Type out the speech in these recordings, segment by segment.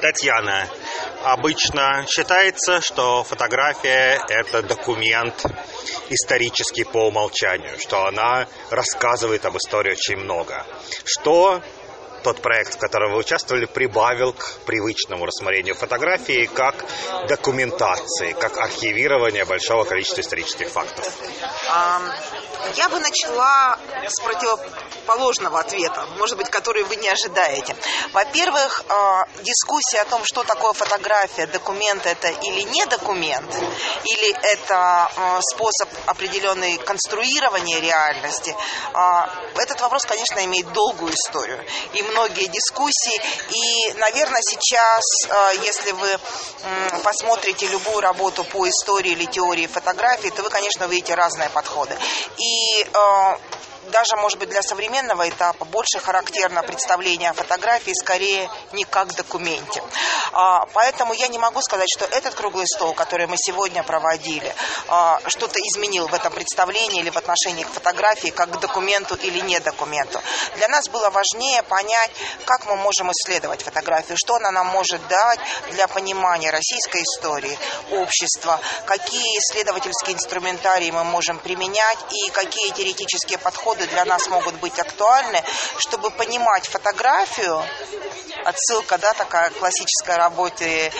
Татьяна, обычно считается, что фотография – это документ исторический по умолчанию, что она рассказывает об истории очень много. Что тот проект, в котором вы участвовали, прибавил к привычному рассмотрению фотографии как документации, как архивирования большого количества исторических фактов? Я бы начала с противоположного ответа, может быть, который вы не ожидаете. Во-первых, дискуссия о том, что такое фотография, документ это или не документ, или это способ определенной конструирования реальности, этот вопрос, конечно, имеет долгую историю и многие дискуссии. И, наверное, сейчас, если вы посмотрите любую работу по истории или теории фотографии, то вы, конечно, увидите разные подходы. И даже, может быть, для современного этапа больше характерно представление о фотографии скорее не как документе. Поэтому я не могу сказать, что этот круглый стол, который мы сегодня проводили, что-то изменил в этом представлении или в отношении к фотографии как к документу или не документу. Для нас было важнее понять, как мы можем исследовать фотографию, что она нам может дать для понимания российской истории, общества, какие исследовательские инструментарии мы можем применять и какие теоретические подходы для нас могут быть актуальны, чтобы понимать фотографию, отсылка, да, такая классическая работе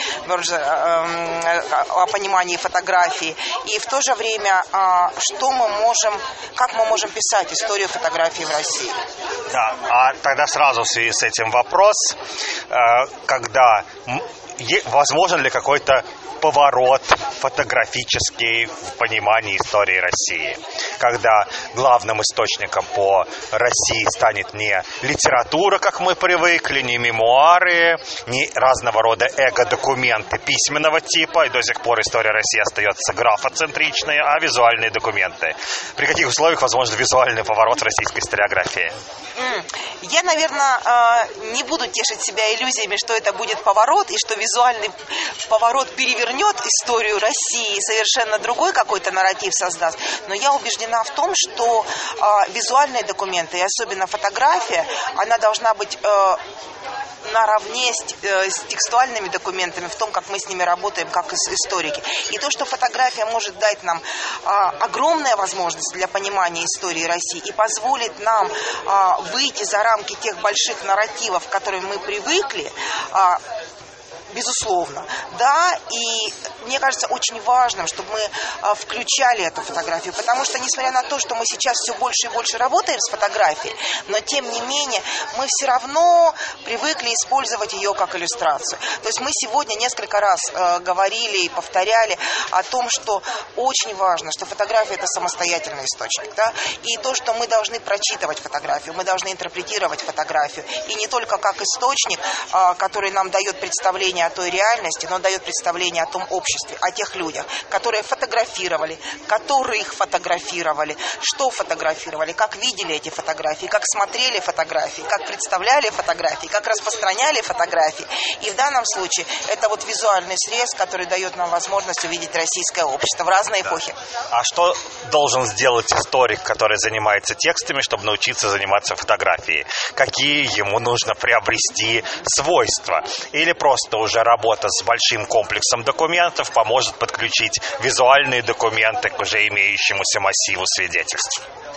о понимании фотографии, и в то же время, как мы можем писать историю фотографии в России. Да, а тогда сразу в связи с этим вопрос, когда возможен ли какой-то поворот фотографический в понимании истории России, когда главным источником по России станет не литература, как мы привыкли, не мемуары, не разного рода эго-документы письменного типа, и до сих пор история России остается графоцентричной, а визуальные документы. При каких условиях возможен визуальный поворот в российской историографии? Я, наверное, не буду тешить себя иллюзиями, что это будет поворот, и что визуальный поворот перевернет историю России, совершенно другой какой-то нарратив создаст. Но я убеждена в том, что визуальные документы, и особенно фотография, она должна быть наравне с текстуальными документами в том, как мы с ними работаем, как историки. И то, что фотография может дать нам огромная возможность для понимания истории России и позволит нам выйти за рамки тех больших нарративов, к которым мы привыкли, безусловно, да, и мне кажется очень важным, чтобы мы включали эту фотографию, потому что, несмотря на то, что мы сейчас все больше и больше работаем с фотографией, но, тем не менее, мы все равно привыкли использовать ее как иллюстрацию. То есть мы сегодня несколько раз говорили и повторяли о том, что очень важно, что фотография – это самостоятельный источник, да, и то, что мы должны прочитывать фотографию, мы должны интерпретировать фотографию, и не только как источник, который нам дает представление о той реальности, но дает представление о том обществе, о тех людях, которые фотографировали, которых фотографировали, что фотографировали, как видели эти фотографии, как смотрели фотографии, как представляли фотографии, как распространяли фотографии. И в данном случае это вот визуальный срез, который дает нам возможность увидеть российское общество в разные эпохи. А что должен сделать историк, который занимается текстами, чтобы научиться заниматься фотографией? Какие ему нужно приобрести свойства? Или просто уже работа с большим комплексом документов поможет подключить визуальные документы к уже имеющемуся массиву свидетельств?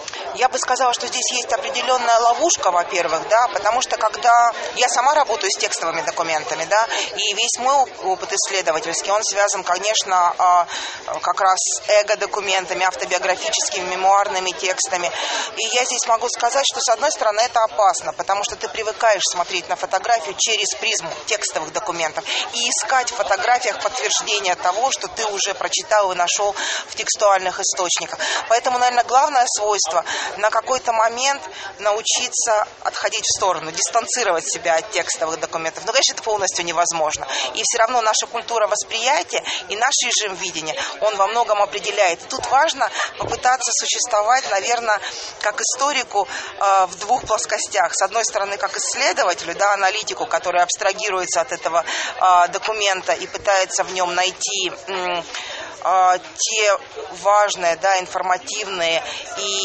Я бы сказала, что здесь есть определенная ловушка, во-первых, да, потому что когда я сама работаю с текстовыми документами, да, и весь мой опыт исследовательский, он связан, конечно, как раз с эго-документами, автобиографическими, мемуарными текстами. И я здесь могу сказать, что, с одной стороны, это опасно, потому что ты привыкаешь смотреть на фотографию через призму текстовых документов и искать в фотографиях подтверждение того, что ты уже прочитал и нашел в текстуальных источниках. Поэтому, наверное, главное свойство – на какой-то момент научиться отходить в сторону, дистанцировать себя от текстовых документов. Но, конечно, это полностью невозможно. И все равно наша культура восприятия и наш режим видения, он во многом определяет. И тут важно попытаться существовать, наверное, как историку в двух плоскостях. С одной стороны, как исследователю, да, аналитику, который абстрагируется от этого документа и пытается в нем найти те важные, да, информативные и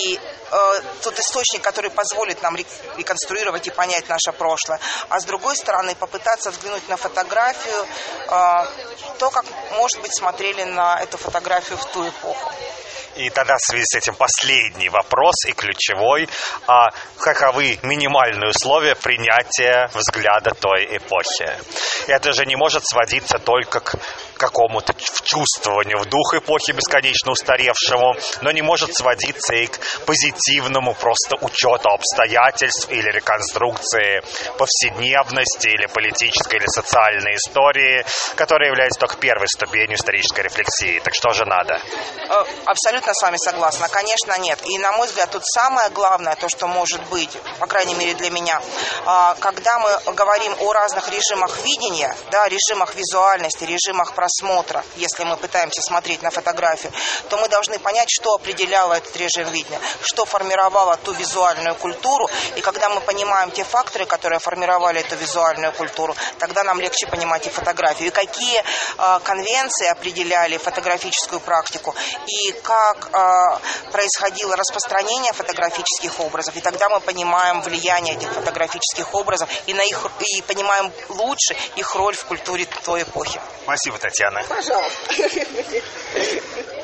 тот источник, который позволит нам реконструировать и понять наше прошлое. А с другой стороны, попытаться взглянуть на фотографию, то, как, может быть, смотрели на эту фотографию в ту эпоху. И тогда в связи с этим последний вопрос и ключевой. Каковы минимальные условия принятия взгляда той эпохи? Это же не может сводиться только к какому-то вчувствованию в дух эпохи, бесконечно устаревшему, но не может сводиться и к позитивному просто учету обстоятельств или реконструкции повседневности или политической или социальной истории, которая является только первой ступенью исторической рефлексии. Так что же надо? Абсолютно с вами согласна. Конечно, нет. И, на мой взгляд, тут самое главное, то, что может быть, по крайней мере для меня, когда мы говорим о разных режимах видения, да, режимах визуальности, режимах просмотра, если мы пытаемся смотреть на фотографию, то мы должны понять, что определяло этот режим видения, что формировало ту визуальную культуру. И когда мы понимаем те факторы, которые формировали эту визуальную культуру, тогда нам легче понимать и фотографию. И какие конвенции определяли фотографическую практику, и как происходило распространение фотографических образов. И тогда мы понимаем влияние этих фотографических образов и понимаем лучше их роль в культуре той эпохи. Спасибо, Татьяна. Пожалуйста.